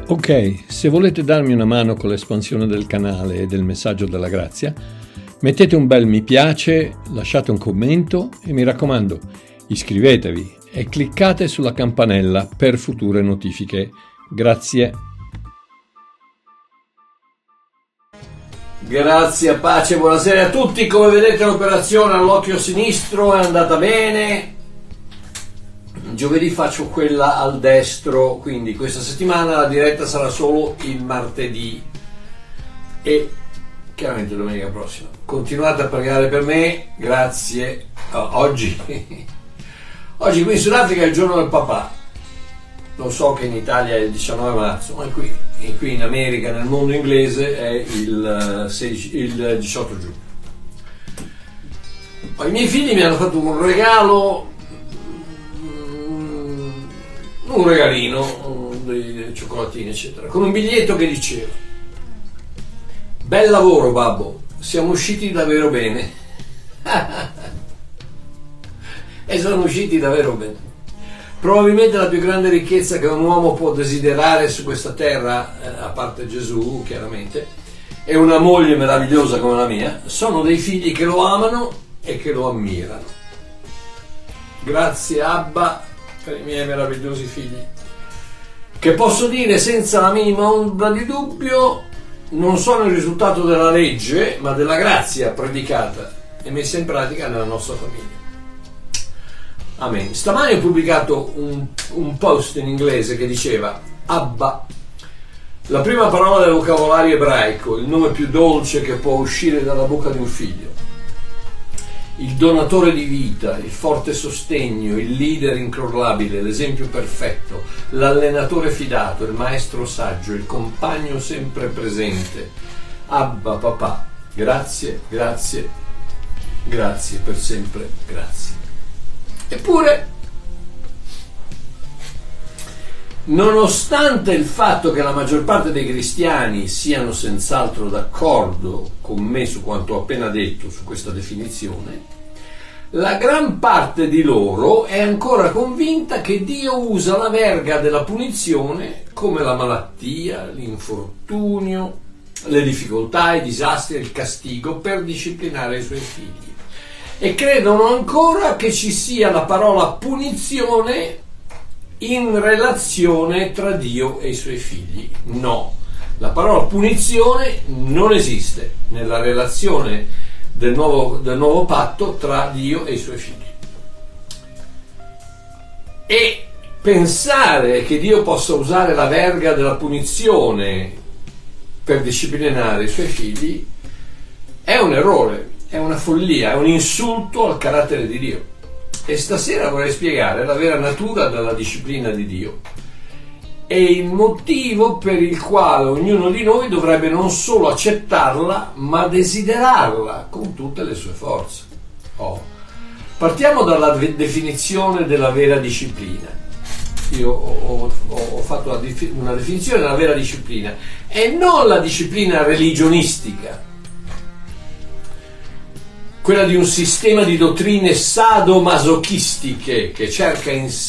Ok, se volete darmi una mano con l'espansione del canale e del messaggio della grazia, mettete un bel mi piace, lasciate un commento e mi raccomando, iscrivetevi e cliccate sulla campanella per future notifiche. Grazie. Grazie, pace, buonasera a tutti. Come vedete l'operazione all'occhio sinistro è andata bene. Giovedì faccio quella al destro, quindi questa settimana la diretta sarà solo il martedì e chiaramente domenica prossima. Continuate a pregare per me, grazie. Oggi qui in Sudafrica è il giorno del papà. Lo so che in Italia è il 19 marzo, ma qui in America, nel mondo inglese, è il 18 giugno. I miei figli mi hanno fatto un regalo, un regalino, dei cioccolatini eccetera, con un biglietto che diceva: bel lavoro babbo, siamo usciti davvero bene. E sono usciti davvero bene. Probabilmente la più grande ricchezza che un uomo può desiderare su questa terra, a parte Gesù chiaramente, e una moglie meravigliosa come la mia, sono dei figli che lo amano e che lo ammirano. Grazie Abba per i miei meravigliosi figli, che posso dire senza la minima ombra di dubbio non sono il risultato della legge, ma della grazia predicata e messa in pratica nella nostra famiglia. Amen. Stamani ho pubblicato un post in inglese che diceva: Abba, la prima parola del vocabolario ebraico, il nome più dolce che può uscire dalla bocca di un figlio, il donatore di vita, il forte sostegno, il leader incrollabile, l'esempio perfetto, l'allenatore fidato, il maestro saggio, il compagno sempre presente. Abba, papà, grazie, grazie, grazie per sempre, grazie. Eppure, nonostante il fatto che la maggior parte dei cristiani siano senz'altro d'accordo con me su quanto ho appena detto su questa definizione, la gran parte di loro è ancora convinta che Dio usa la verga della punizione come la malattia, l'infortunio, le difficoltà, i disastri e il castigo per disciplinare i suoi figli. E credono ancora che ci sia la parola punizione in relazione tra Dio e i suoi figli. No, la parola punizione non esiste nella relazione del nuovo patto tra Dio e i suoi figli. E pensare che Dio possa usare la verga della punizione per disciplinare i suoi figli è un errore. È una follia, è un insulto al carattere di Dio. E stasera vorrei spiegare la vera natura della disciplina di Dio e il motivo per il quale ognuno di noi dovrebbe non solo accettarla, ma desiderarla con tutte le sue forze. Partiamo dalla definizione della vera disciplina. Io ho fatto una definizione della vera disciplina, e non la disciplina religionistica, quella di un sistema di dottrine sadomasochistiche che cerca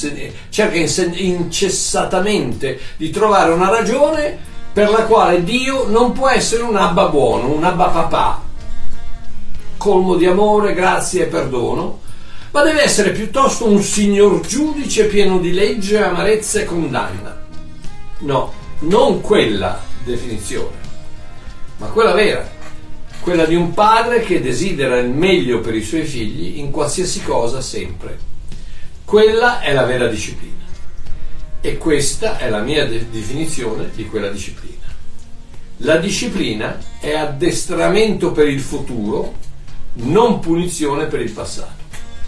incessatamente di trovare una ragione per la quale Dio non può essere un Abba buono, un Abba papà, colmo di amore, grazia e perdono, ma deve essere piuttosto un signor giudice pieno di legge, amarezza e condanna. No, non quella definizione, ma quella vera. Quella di un padre che desidera il meglio per i suoi figli in qualsiasi cosa, sempre. Quella è la vera disciplina. E questa è la mia definizione di quella disciplina. La disciplina è addestramento per il futuro, non punizione per il passato.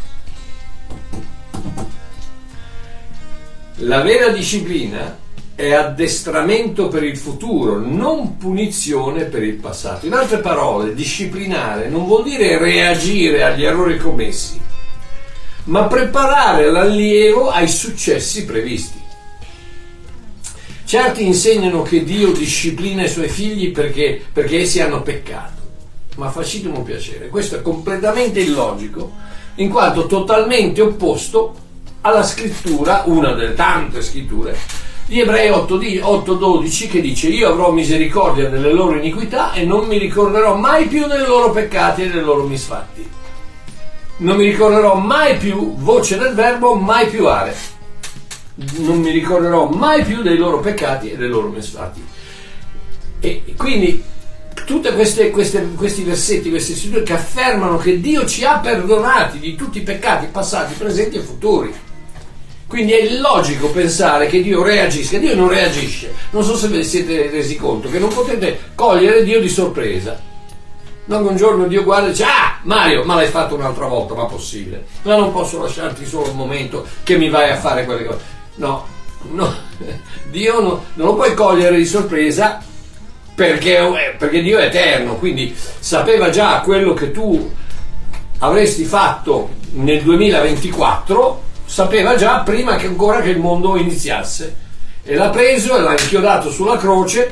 La vera disciplina è addestramento per il futuro, non punizione per il passato. In altre parole, disciplinare non vuol dire reagire agli errori commessi, ma preparare l'allievo ai successi previsti. Certi insegnano che Dio disciplina i suoi figli perché essi hanno peccato, ma facitemi un piacere, questo è completamente illogico, in quanto totalmente opposto alla scrittura, una delle tante scritture, di Ebrei 8:12 che dice: io avrò misericordia delle loro iniquità e non mi ricorderò mai più dei loro peccati e dei loro misfatti. Non mi ricorderò mai più, voce del verbo, mai più are. Non mi ricorderò mai più dei loro peccati e dei loro misfatti. E quindi tutti questi versetti, queste situazioni che affermano che Dio ci ha perdonati di tutti i peccati passati, presenti e futuri. Quindi è illogico pensare che Dio reagisca. Dio non reagisce. Non so se vi siete resi conto che non potete cogliere Dio di sorpresa. Non un giorno Dio guarda e dice: ah, Mario, ma l'hai fatto un'altra volta, ma possibile? Ma non posso lasciarti solo un momento che mi vai a fare quelle cose. No, Dio non lo puoi cogliere di sorpresa perché Dio è eterno, quindi sapeva già quello che tu avresti fatto nel 2024, sapeva già prima che ancora che il mondo iniziasse, e l'ha preso e l'ha inchiodato sulla croce,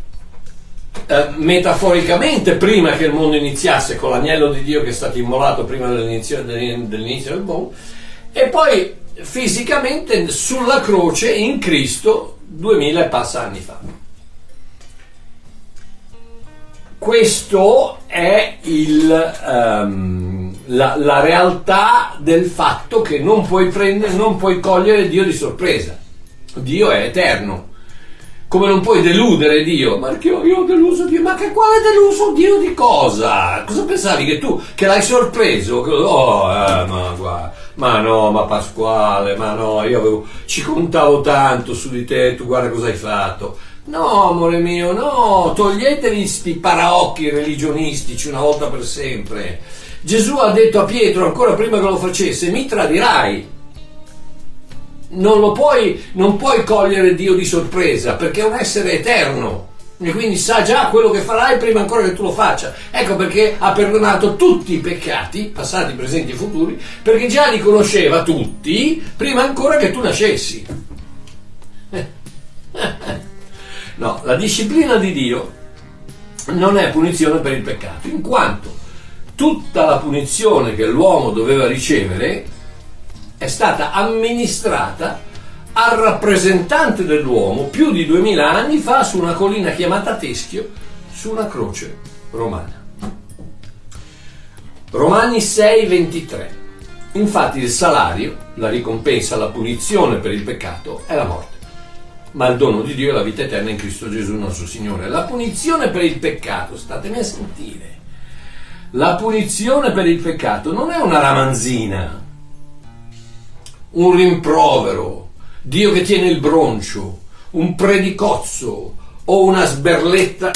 metaforicamente prima che il mondo iniziasse, con l'agnello di Dio che è stato immolato prima dell'inizio del mondo, e poi fisicamente sulla croce in Cristo 2000 e passa anni fa. Questo è la realtà del fatto che non puoi cogliere Dio di sorpresa. Dio è eterno. Come non puoi deludere Dio? Ma perché io ho deluso Dio? Ma che quale deluso Dio di cosa? Cosa pensavi che l'hai sorpreso? Ma guarda, ma no, ma Pasquale, ma no, ci contavo tanto su di te, tu guarda cosa hai fatto. No, amore mio, no, toglietevi sti paraocchi religionistici una volta per sempre. Gesù ha detto a Pietro, ancora prima che lo facesse: mi tradirai. Non puoi cogliere Dio di sorpresa, perché è un essere eterno e quindi sa già quello che farai prima ancora che tu lo faccia. Ecco perché ha perdonato tutti i peccati, passati, presenti e futuri, perché già li conosceva tutti prima ancora che tu nascessi. No, la disciplina di Dio non è punizione per il peccato, in quanto tutta la punizione che l'uomo doveva ricevere è stata amministrata al rappresentante dell'uomo più di 2000 anni fa su una collina chiamata Teschio, su una croce romana. Romani 6:23. Infatti il salario, la ricompensa, la punizione per il peccato è la morte, ma il dono di Dio è la vita eterna in Cristo Gesù nostro Signore. La punizione per il peccato, statemi a sentire, la punizione per il peccato non è una ramanzina, un rimprovero, Dio che tiene il broncio, un predicozzo o una sberletta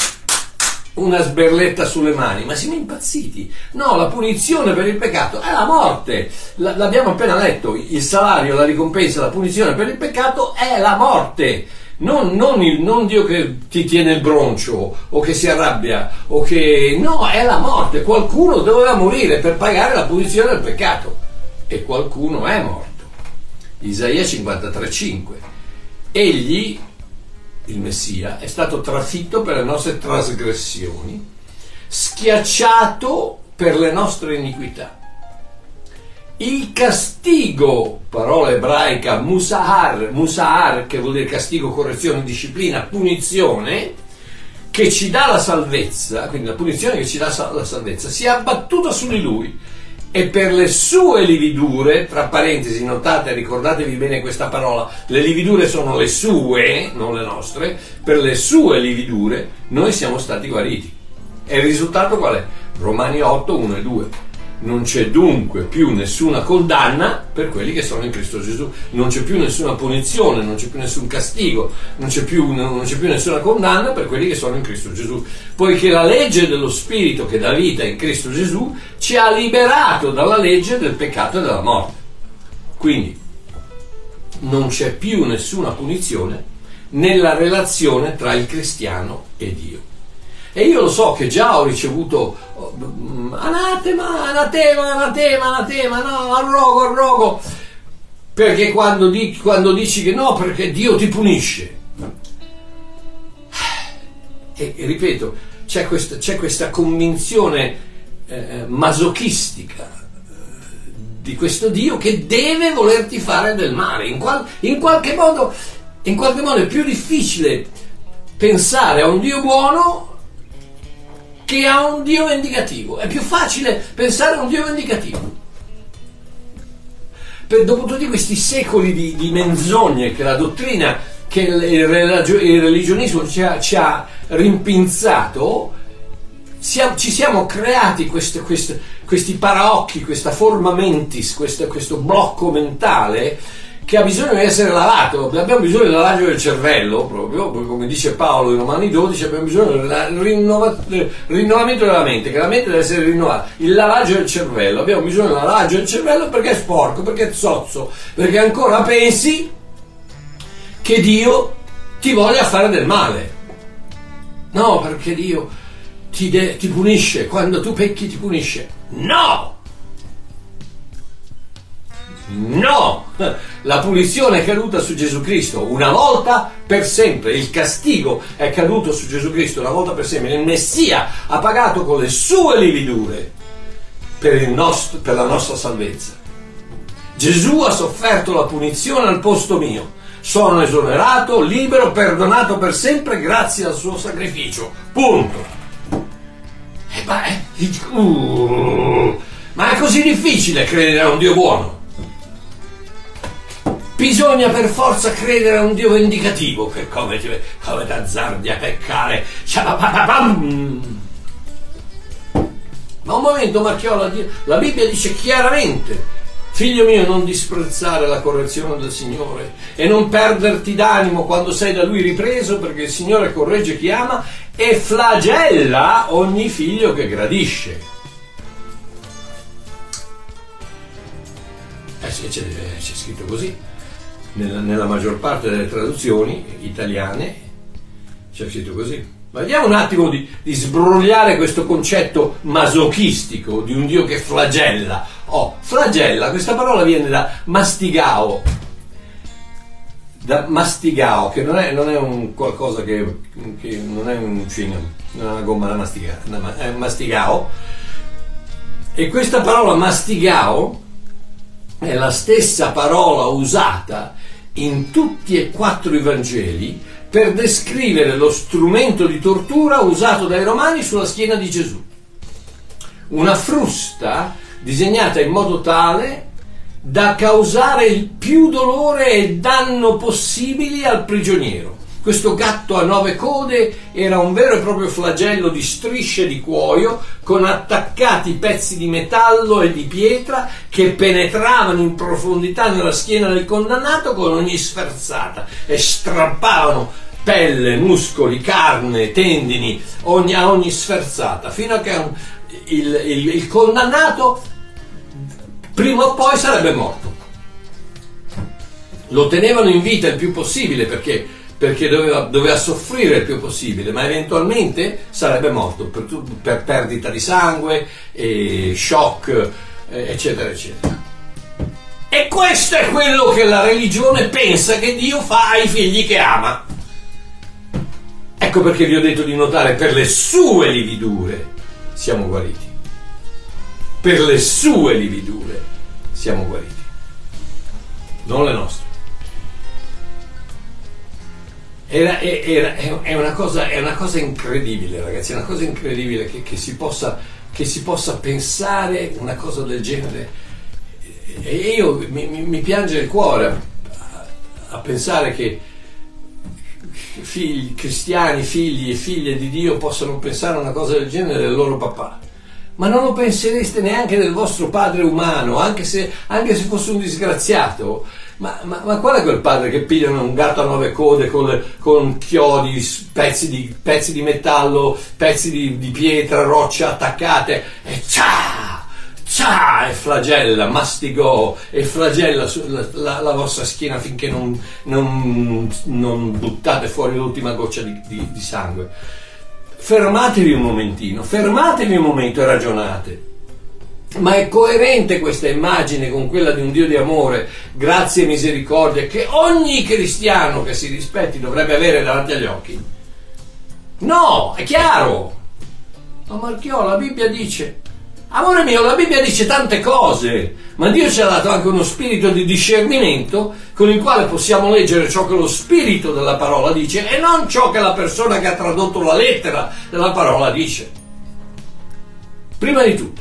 sulle mani. Ma siamo impazziti? No, la punizione per il peccato è la morte. L'abbiamo appena letto: il salario, la ricompensa, la punizione per il peccato è la morte. Non Dio che ti tiene il broncio o che si arrabbia o che... no, è la morte. Qualcuno doveva morire per pagare la punizione del peccato e qualcuno è morto. Isaia 53:5. Egli, il Messia, è stato trafitto per le nostre trasgressioni, schiacciato per le nostre iniquità. Il castigo, parola ebraica musahar, che vuol dire castigo, correzione, disciplina, punizione, che ci dà la salvezza, quindi la punizione che ci dà la salvezza, si è abbattuta su di lui, e per le sue lividure, tra parentesi, notate, ricordatevi bene questa parola, le lividure sono le sue, non le nostre, per le sue lividure noi siamo stati guariti. E il risultato qual è? Romani 8, 1 e 2. Non c'è dunque più nessuna condanna per quelli che sono in Cristo Gesù. Non c'è più nessuna punizione, non c'è più nessun castigo, non c'è più nessuna condanna per quelli che sono in Cristo Gesù. Poiché la legge dello Spirito che dà vita in Cristo Gesù ci ha liberato dalla legge del peccato e della morte. Quindi non c'è più nessuna punizione nella relazione tra il cristiano e Dio. E io lo so che già ho ricevuto anatema, no, arrogo, perché quando dici che no, perché Dio ti punisce. E ripeto, c'è questa convinzione masochistica di questo Dio che deve volerti fare del male, in qualche modo in qualche modo è più difficile pensare a un Dio buono che a un Dio vendicativo. È più facile pensare a un Dio vendicativo. Dopo tutti questi secoli di menzogne che la dottrina, che il religionismo ci ha rimpinzato, ci siamo creati questi paraocchi, questa forma mentis, questo blocco mentale che ha bisogno di essere lavato. Abbiamo bisogno del lavaggio del cervello, proprio come dice Paolo in Romani 12, abbiamo bisogno del rinnovamento della mente, che la mente deve essere rinnovata, il lavaggio del cervello. Abbiamo bisogno del lavaggio del cervello perché è sporco, perché è zozzo, perché ancora pensi che Dio ti voglia fare del male. No, perché Dio ti punisce, quando tu pecchi ti punisce. No! No! La punizione è caduta su Gesù Cristo una volta per sempre, il castigo è caduto su Gesù Cristo una volta per sempre, il Messia ha pagato con le sue lividure per la nostra salvezza. Gesù ha sofferto la punizione al posto mio, sono esonerato, libero, perdonato per sempre grazie al suo sacrificio, punto. Ma è così difficile credere a un Dio buono? Bisogna per forza credere a un Dio vendicativo che come t'azzardi a peccare. Ma un momento, Marchiola, la Bibbia dice chiaramente: figlio mio, non disprezzare la correzione del Signore e non perderti d'animo quando sei da Lui ripreso, perché il Signore corregge chi ama e flagella ogni figlio che gradisce. C'è scritto così. Nella maggior parte delle traduzioni italiane c'è scritto così. Ma vediamo un attimo di sbrogliare questo concetto masochistico di un Dio che flagella. Flagella, questa parola viene da mastigao, che non è un qualcosa che non è un chewing-gum, non è una gomma da masticare, è mastigao. E questa parola mastigao è la stessa parola usata in tutti e 4 i Vangeli per descrivere lo strumento di tortura usato dai Romani sulla schiena di Gesù. Una frusta disegnata in modo tale da causare il più dolore e danno possibili al prigioniero. Questo gatto a 9 code era un vero e proprio flagello di strisce di cuoio con attaccati pezzi di metallo e di pietra che penetravano in profondità nella schiena del condannato con ogni sferzata e strappavano pelle, muscoli, carne, tendini a ogni sferzata, fino a che il condannato prima o poi sarebbe morto. Lo tenevano in vita il più possibile perché doveva soffrire il più possibile, ma eventualmente sarebbe morto per perdita di sangue, shock, eccetera, eccetera. E questo è quello che la religione pensa che Dio fa ai figli che ama. Ecco perché vi ho detto di notare: per le sue lividure siamo guariti. Per le sue lividure siamo guariti, non le nostre. È una cosa incredibile, ragazzi, è una cosa incredibile che si possa pensare una cosa del genere. E io mi piange il cuore a pensare che cristiani, figli e figlie di Dio possano pensare una cosa del genere del loro papà. Ma non lo pensereste neanche del vostro padre umano, anche se fosse un disgraziato. Ma qual è quel padre che pigliano un gatto a 9 code con chiodi, pezzi di metallo, pezzi di pietra, rocce attaccate e e flagella, mastigò e flagella la vostra schiena finché non buttate fuori l'ultima goccia di sangue. Fermatevi un momentino, fermatevi un momento e ragionate. Ma è coerente questa immagine con quella di un Dio di amore, grazia e misericordia che ogni cristiano che si rispetti dovrebbe avere davanti agli occhi? No, è chiaro. Ma Marchiola, la Bibbia dice: Amore mio, la Bibbia dice tante cose, ma Dio ci ha dato anche uno spirito di discernimento con il quale possiamo leggere ciò che lo spirito della parola dice e non ciò che la persona che ha tradotto la lettera della parola dice. Prima di tutto,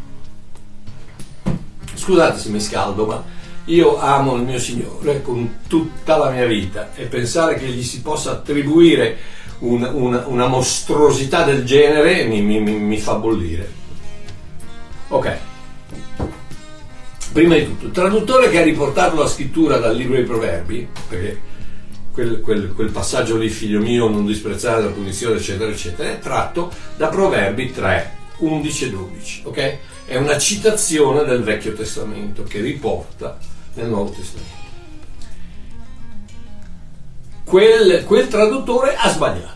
scusate se mi scaldo, ma io amo il mio Signore con tutta la mia vita e pensare che gli si possa attribuire una mostruosità del genere mi fa bollire. Ok, prima di tutto, il traduttore che ha riportato la scrittura dal libro dei Proverbi, perché quel passaggio lì, figlio mio, non disprezzare la punizione, eccetera, eccetera, è tratto da Proverbi 3, 11 e 12, ok? È una citazione del Vecchio Testamento che riporta nel Nuovo Testamento. Quel traduttore ha sbagliato.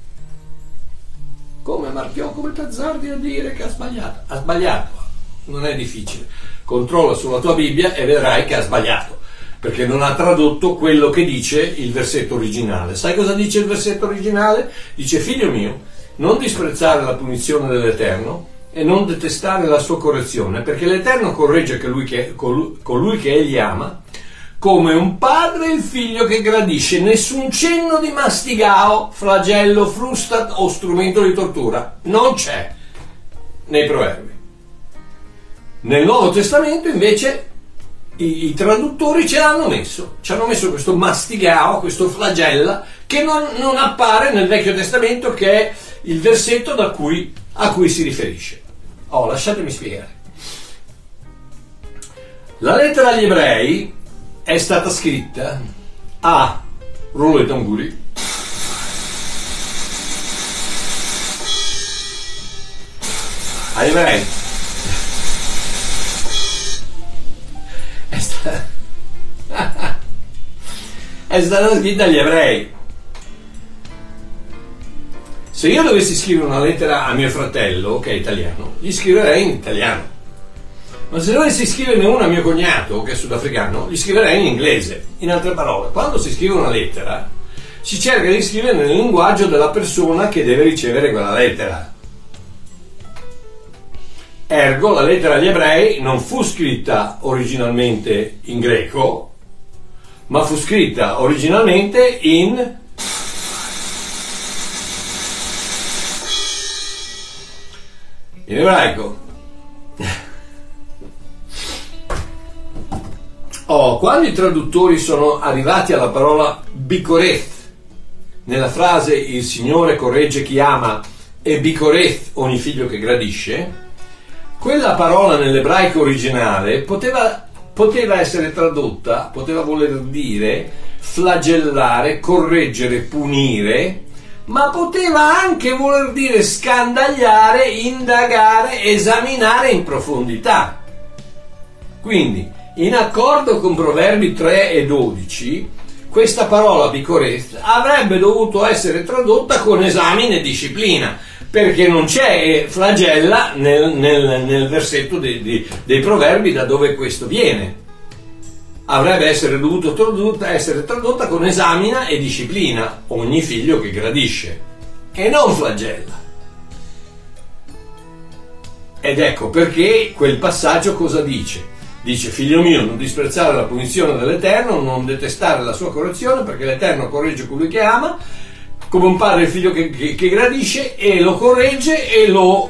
Come Marchiò, come t'azzardi a dire che ha sbagliato? Ha sbagliato, non è difficile. Controlla sulla tua Bibbia e vedrai che ha sbagliato, perché non ha tradotto quello che dice il versetto originale. Sai cosa dice il versetto originale? Dice: figlio mio, non disprezzare la punizione dell'Eterno e non detestare la sua correzione, perché l'Eterno corregge colui che egli ama, come un padre il figlio che gradisce. Nessun cenno di mastigao, flagello, frusta o strumento di tortura non c'è nei Proverbi. Nel Nuovo Testamento invece i traduttori ce l'hanno messo, ci hanno messo questo mastigao, questo flagella, che non appare nel Vecchio Testamento, che è il versetto a cui si riferisce. Lasciatemi spiegare. La lettera agli ebrei è stata scritta a rullo di tamburi agli ebrei. È stata scritta agli ebrei. Se io dovessi scrivere una lettera a mio fratello, che è italiano, gli scriverei in italiano. Ma se dovessi scriverne una a mio cognato, che è sudafricano, gli scriverei in inglese. In altre parole, quando si scrive una lettera, si cerca di scrivere nel linguaggio della persona che deve ricevere quella lettera. Ergo, la lettera agli ebrei non fu scritta originalmente in greco, ma fu scritta originalmente in ebraico. Quando i traduttori sono arrivati alla parola bicoreth, nella frase il Signore corregge chi ama e bicoreth ogni figlio che gradisce, quella parola nell'ebraico originale poteva essere tradotta, poteva voler dire flagellare, correggere, punire, ma poteva anche voler dire scandagliare, indagare, esaminare in profondità. Quindi, in accordo con Proverbi 3 e 12, questa parola bicoreth avrebbe dovuto essere tradotta con esamine e disciplina, perché non c'è flagella nel versetto dei Proverbi da dove questo viene. Avrebbe dovuto essere tradotta con esamina e disciplina ogni figlio che gradisce, e non flagella. Ed ecco perché quel passaggio cosa dice? Dice: figlio mio, non disprezzare la punizione dell'Eterno, non detestare la sua correzione, perché l'Eterno corregge colui che ama, come un padre il figlio che gradisce, e lo corregge e lo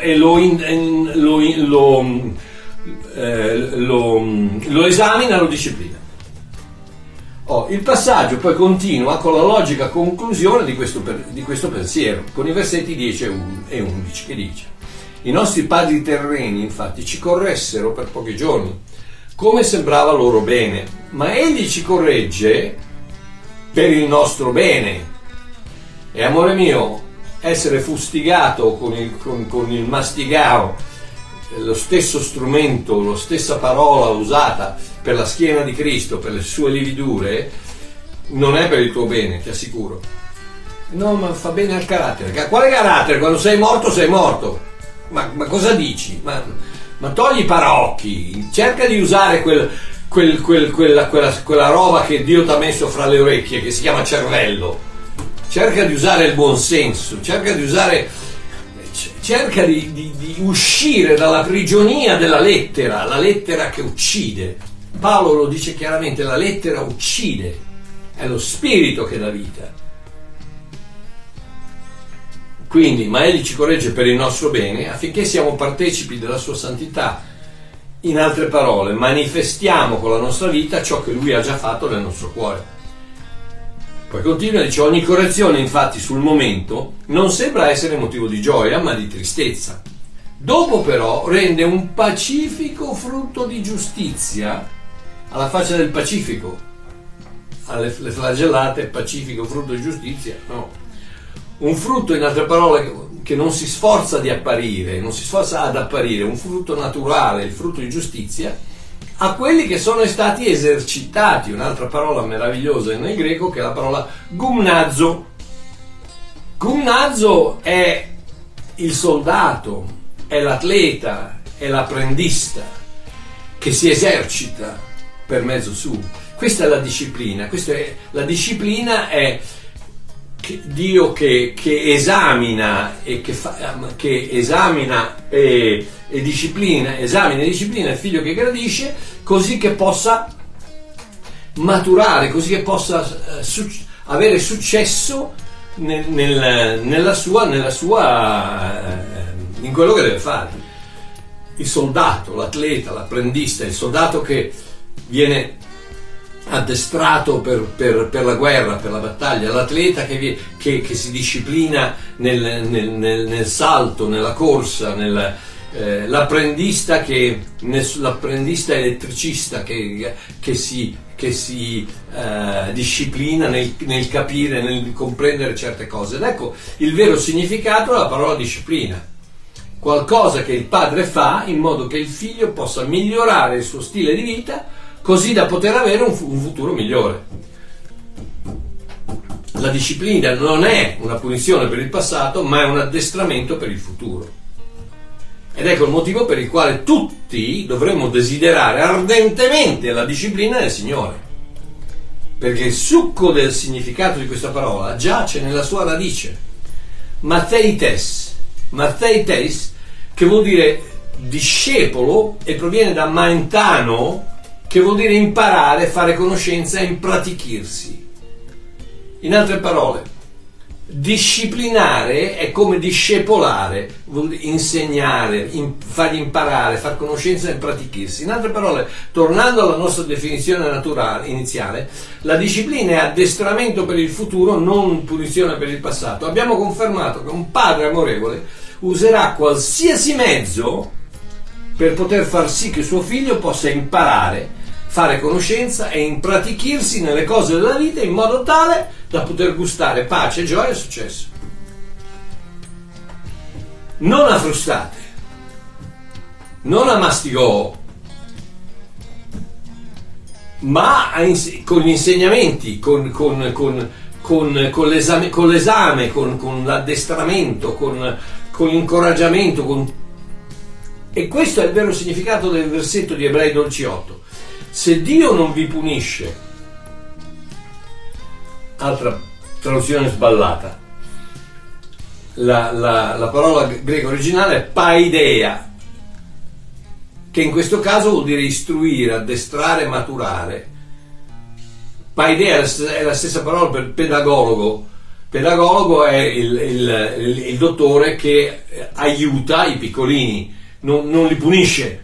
esamina, lo disciplina. Il passaggio poi continua con la logica conclusione di questo pensiero, con i versetti 10 e 11, che dice: i nostri padri terreni infatti ci corressero per pochi giorni, come sembrava loro bene, ma egli ci corregge per il nostro bene. E amore mio, essere fustigato con il mastigao, lo stesso strumento, la stessa parola usata per la schiena di Cristo, per le sue lividure, non è per il tuo bene, ti assicuro. No, ma fa bene al carattere. Quale carattere? Quando sei morto, sei morto. Ma cosa dici? Ma togli i paraocchi, cerca di usare quella roba che Dio ti ha messo fra le orecchie, che si chiama cervello. Cerca di usare il buon senso, cerca di usare... cerca di uscire dalla prigionia della lettera, la lettera che uccide. Paolo lo dice chiaramente, la lettera uccide, è lo spirito che dà vita. Quindi, ma egli ci corregge per il nostro bene, affinché siamo partecipi della sua santità. In altre parole, manifestiamo con la nostra vita ciò che lui ha già fatto nel nostro cuore. Poi continua e dice: ogni correzione infatti sul momento non sembra essere motivo di gioia, ma di tristezza. Dopo però rende un pacifico frutto di giustizia, alla faccia del Pacifico, alle flagellate, pacifico frutto di giustizia, no. Un frutto, in altre parole, che non si sforza di apparire, non si sforza ad apparire, un frutto naturale, il frutto di giustizia, a quelli che sono stati esercitati, un'altra parola meravigliosa nel greco che è la parola gumnazo. Gumnazo è il soldato, è l'atleta, è l'apprendista che si esercita per mezzo suo. Questa è la disciplina, la disciplina è Dio che esamina e che esamina e disciplina, esamina e disciplina il figlio che gradisce, così che possa maturare, così che possa avere successo nella sua in quello che deve fare. Il soldato, l'atleta, l'apprendista, il soldato che viene addestrato per la guerra, per la battaglia, l'atleta che si disciplina nel salto, nella corsa, l'apprendista l'apprendista elettricista che si disciplina nel capire, nel comprendere certe cose. Ed ecco il vero significato della parola disciplina: qualcosa che il padre fa in modo che il figlio possa migliorare il suo stile di vita, così da poter avere un futuro migliore. La disciplina non è una punizione per il passato, ma è un addestramento per il futuro. Ed ecco il motivo per il quale tutti dovremmo desiderare ardentemente la disciplina del Signore, perché il succo del significato di questa parola giace nella sua radice, matheites, che vuol dire discepolo e proviene da maentano, che vuol dire imparare, fare conoscenza e impratichirsi. In altre parole, disciplinare è come discepolare, vuol dire insegnare, fargli imparare, far conoscenza e impratichirsi. In altre parole, tornando alla nostra definizione naturale iniziale, la disciplina è addestramento per il futuro, non punizione per il passato. Abbiamo confermato che un padre amorevole userà qualsiasi mezzo per poter far sì che suo figlio possa imparare, fare conoscenza e impratichirsi nelle cose della vita in modo tale da poter gustare pace, gioia e successo. Non a frustate, non a mastigò, ma con gli insegnamenti, con l'esame, con l'addestramento, con l'incoraggiamento. E questo è il vero significato del versetto di Ebrei 12:8. Se Dio non vi punisce, altra traduzione sballata, la parola greca originale è paideia, che in questo caso vuol dire istruire, addestrare, maturare. Paideia è la stessa parola per pedagogo. Pedagogo è il dottore che aiuta i piccolini, non li punisce.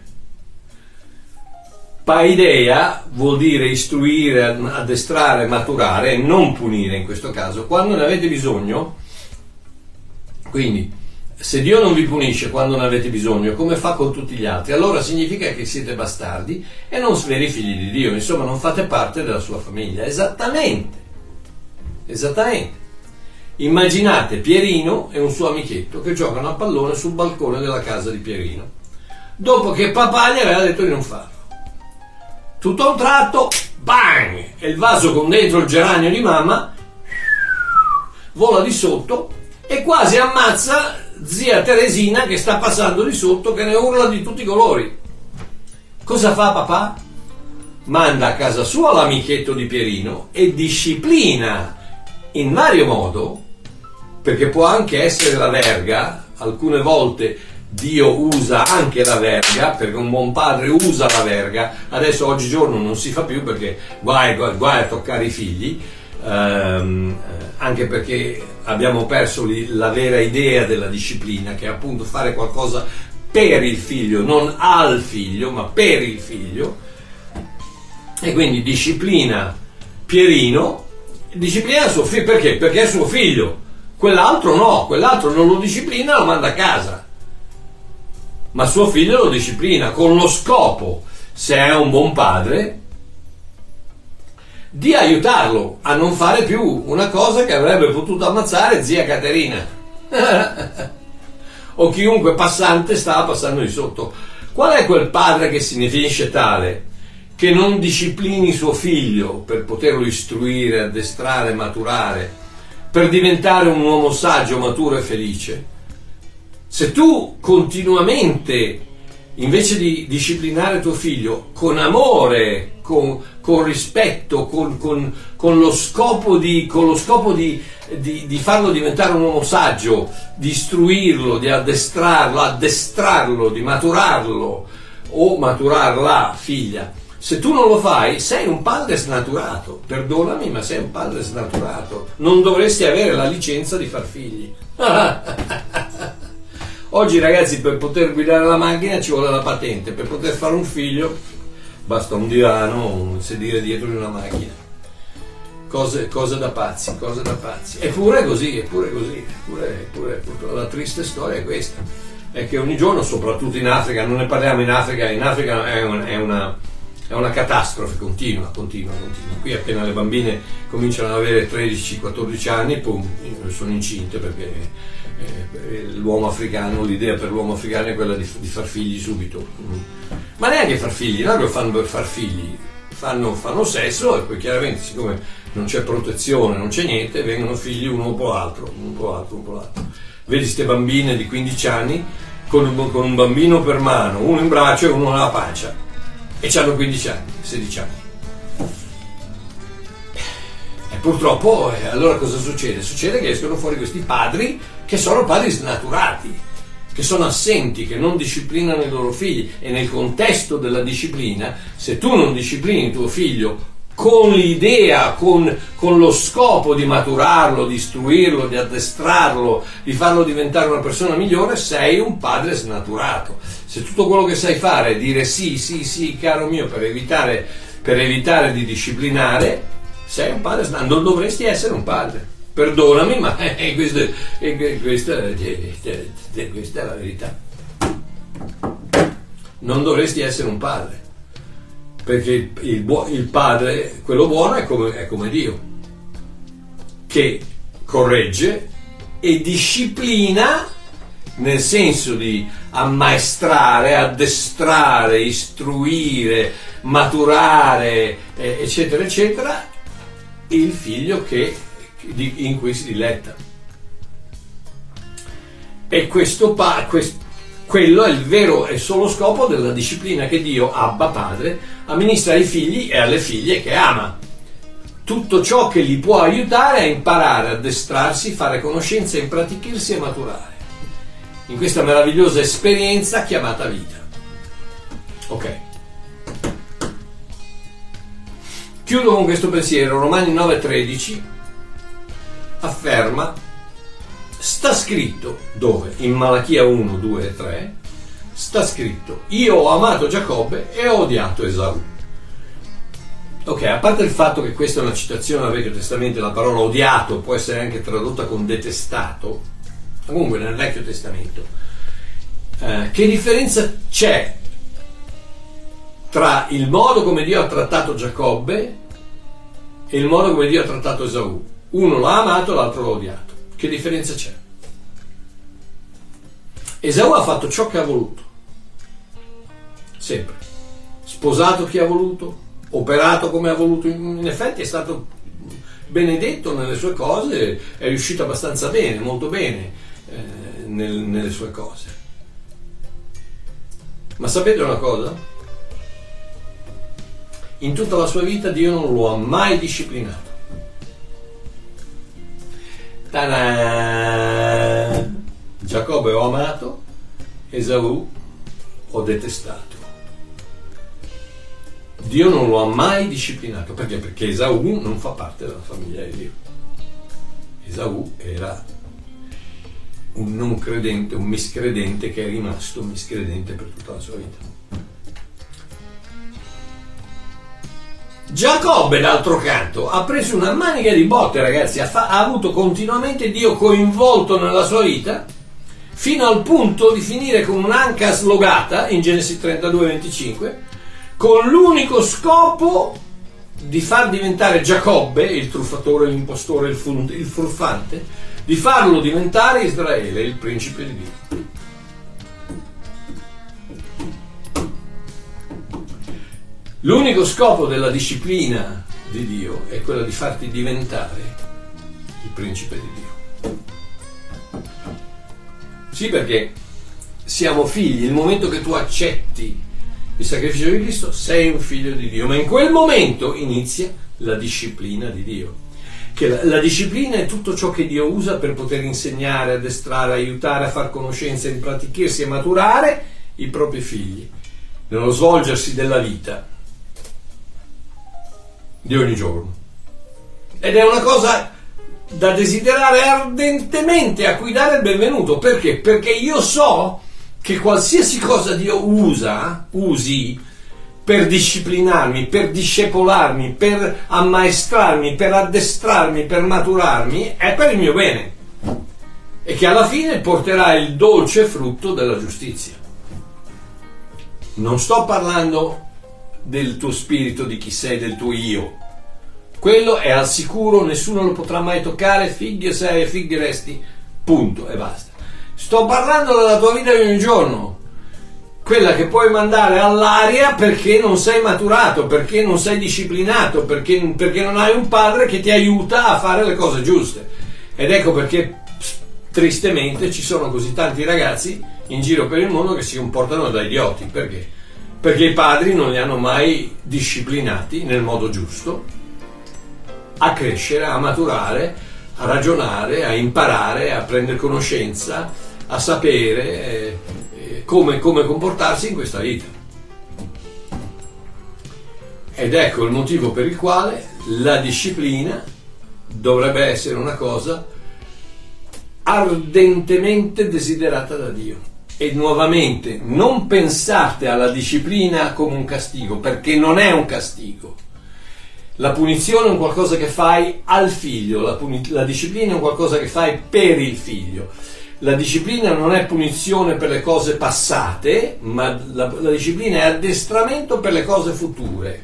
Paideia vuol dire istruire, addestrare, maturare e non punire in questo caso, quando ne avete bisogno. Quindi, se Dio non vi punisce quando ne avete bisogno, come fa con tutti gli altri, allora significa che siete bastardi e non veri figli di Dio, insomma non fate parte della sua famiglia. Esattamente. Immaginate Pierino e un suo amichetto che giocano a pallone sul balcone della casa di Pierino, dopo che papà gli aveva detto di non farlo. Tutto a un tratto, bang! E il vaso con dentro il geranio di mamma vola di sotto e quasi ammazza zia Teresina che sta passando di sotto, che ne urla di tutti i colori. Cosa fa papà? Manda a casa sua l'amichetto di Pierino e disciplina in vario modo, perché può anche essere la verga, alcune volte Dio usa anche la verga, perché un buon padre usa la verga. Adesso oggigiorno non si fa più, perché guai a toccare i figli, anche perché abbiamo perso la vera idea della disciplina, che è appunto fare qualcosa per il figlio, non al figlio, ma per il figlio. E quindi disciplina Pierino, disciplina suo figlio, perché? Perché è suo figlio. Quell'altro no, quell'altro non lo disciplina, lo manda a casa, ma suo figlio lo disciplina con lo scopo, se è un buon padre, di aiutarlo a non fare più una cosa che avrebbe potuto ammazzare zia Caterina o chiunque passante stava passando di sotto. Qual è quel padre che si definisce tale, che non disciplini suo figlio per poterlo istruire, addestrare, maturare, per diventare un uomo saggio, maturo e felice? Se tu continuamente, invece di disciplinare tuo figlio con amore, con rispetto, con lo scopo di farlo diventare un uomo saggio, di istruirlo, di addestrarlo, di maturarlo o maturarla, figlia, se tu non lo fai, sei un padre snaturato. Perdonami, ma sei un padre snaturato. Non dovresti avere la licenza di far figli. Oggi, ragazzi, per poter guidare la macchina ci vuole la patente, per poter fare un figlio basta un divano, un sedile dietro di una macchina. Cose da pazzi, cose da pazzi. Eppure è così, eppure la triste storia è questa. È che ogni giorno, soprattutto in Africa, non ne parliamo in Africa è una catastrofe continua. Qui appena le bambine cominciano ad avere 13-14 anni, pum, sono incinte, perché l'uomo africano, l'idea per l'uomo africano è quella di far figli subito. Ma neanche far figli, non è che lo fanno per far figli, fanno sesso, e poi chiaramente, siccome non c'è protezione, non c'è niente, vengono figli uno dopo l'altro. Vedi ste bambine di 15 anni con un bambino per mano, uno in braccio e uno nella pancia, e hanno 15 anni, 16 anni. E purtroppo, allora cosa succede? Succede che escono fuori questi padri che sono padri snaturati, che sono assenti, che non disciplinano i loro figli. E nel contesto della disciplina, se tu non disciplini tuo figlio con l'idea, con lo scopo di maturarlo, di istruirlo, di addestrarlo, di farlo diventare una persona migliore, sei un padre snaturato. Se tutto quello che sai fare è dire sì, caro mio, per evitare di disciplinare, sei un padre snaturato. Non dovresti essere un padre. Perdonami, ma questa è la verità. Non dovresti essere un padre, perché il padre, quello buono, è come Dio, che corregge e disciplina, nel senso di ammaestrare, addestrare, istruire, maturare, eccetera, eccetera, il figlio in cui si diletta. E quello è il vero e solo scopo della disciplina che Dio, Abba Padre, amministra ai figli e alle figlie che ama. Tutto ciò che li può aiutare a imparare, addestrarsi, fare conoscenza, impraticirsi e maturare in questa meravigliosa esperienza chiamata vita. Ok. Chiudo con questo pensiero. Romani 9,13 afferma, sta scritto, dove? In Malachia 1, 2 e 3, sta scritto: io ho amato Giacobbe e ho odiato Esaù. Ok, a parte il fatto che questa è una citazione dal Vecchio Testamento, la parola odiato può essere anche tradotta con detestato, comunque nel Vecchio Testamento, che differenza c'è tra il modo come Dio ha trattato Giacobbe e il modo come Dio ha trattato Esaù? Uno l'ha amato, l'altro l'ha odiato. Che differenza c'è? Esaù ha fatto ciò che ha voluto, sempre, sposato chi ha voluto, operato come ha voluto, in effetti è stato benedetto nelle sue cose, è riuscito abbastanza bene, molto bene nelle sue cose. Ma sapete una cosa? In tutta la sua vita Dio non lo ha mai disciplinato. Ta-da! Giacobbe ho amato, Esaù ho detestato. Dio non lo ha mai disciplinato. Perché? Perché Esaù non fa parte della famiglia di Dio. Esaù era un non credente, un miscredente che è rimasto miscredente per tutta la sua vita. Giacobbe, d'altro canto, ha preso una manica di botte, ragazzi, ha avuto continuamente Dio coinvolto nella sua vita, fino al punto di finire con un'anca slogata, in Genesi 32-25, con l'unico scopo di far diventare Giacobbe, il truffatore, l'impostore, il furfante, di farlo diventare Israele, il principe di Dio. L'unico scopo della disciplina di Dio è quello di farti diventare il principe di Dio. Sì, perché siamo figli. Il momento che tu accetti il sacrificio di Cristo, sei un figlio di Dio, ma in quel momento inizia la disciplina di Dio. Che la disciplina è tutto ciò che Dio usa per poter insegnare, addestrare, aiutare a far conoscenza, impratichirsi e maturare i propri figli nello svolgersi della vita di ogni giorno. Ed è una cosa da desiderare ardentemente, a cui dare il benvenuto. Perché? Perché io so che qualsiasi cosa Dio usi per disciplinarmi, per discepolarmi, per ammaestrarmi, per addestrarmi, per maturarmi, è per il mio bene, e che alla fine porterà il dolce frutto della giustizia. Non sto parlando del tuo spirito, di chi sei, del tuo io. Quello è al sicuro, nessuno lo potrà mai toccare, figli sei e figli resti, punto e basta. Sto parlando della tua vita di ogni giorno, quella che puoi mandare all'aria perché non sei maturato, perché non sei disciplinato, perché non hai un padre che ti aiuta a fare le cose giuste. Ed ecco perché tristemente ci sono così tanti ragazzi in giro per il mondo che si comportano da idioti. Perché? Perché i padri non li hanno mai disciplinati nel modo giusto a crescere, a maturare, a ragionare, a imparare, a prendere conoscenza, a sapere come comportarsi in questa vita. Ed ecco il motivo per il quale la disciplina dovrebbe essere una cosa ardentemente desiderata da Dio. E nuovamente, non pensate alla disciplina come un castigo, perché non è un castigo. La punizione è un qualcosa che fai al figlio, la disciplina è un qualcosa che fai per il figlio. La disciplina non è punizione per le cose passate, ma la disciplina è addestramento per le cose future.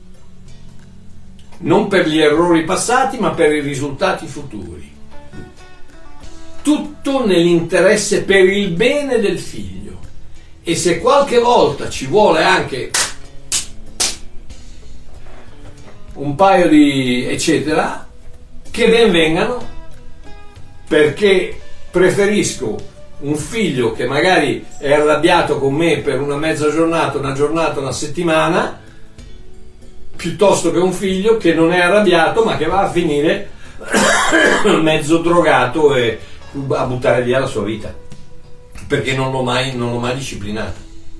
Non per gli errori passati, ma per i risultati futuri. Tutto nell'interesse per il bene del figlio. E se qualche volta ci vuole anche un paio di eccetera, che ben vengano, perché preferisco un figlio che magari è arrabbiato con me per una mezza giornata, una settimana, piuttosto che un figlio che non è arrabbiato ma che va a finire mezzo drogato e a buttare via la sua vita perché non l'ho mai disciplinata.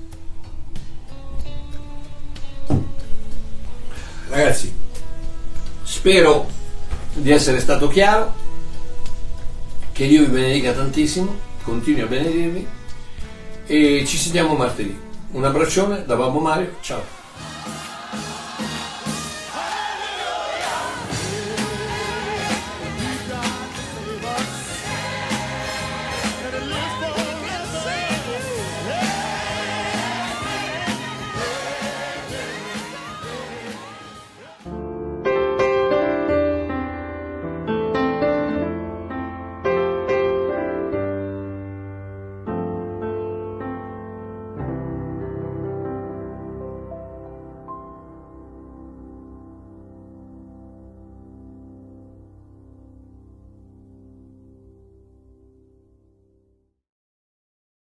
Ragazzi, spero di essere stato chiaro, che Dio vi benedica tantissimo, continui a benedirvi e ci sentiamo martedì. Un abbraccione da Babbo Mario, ciao.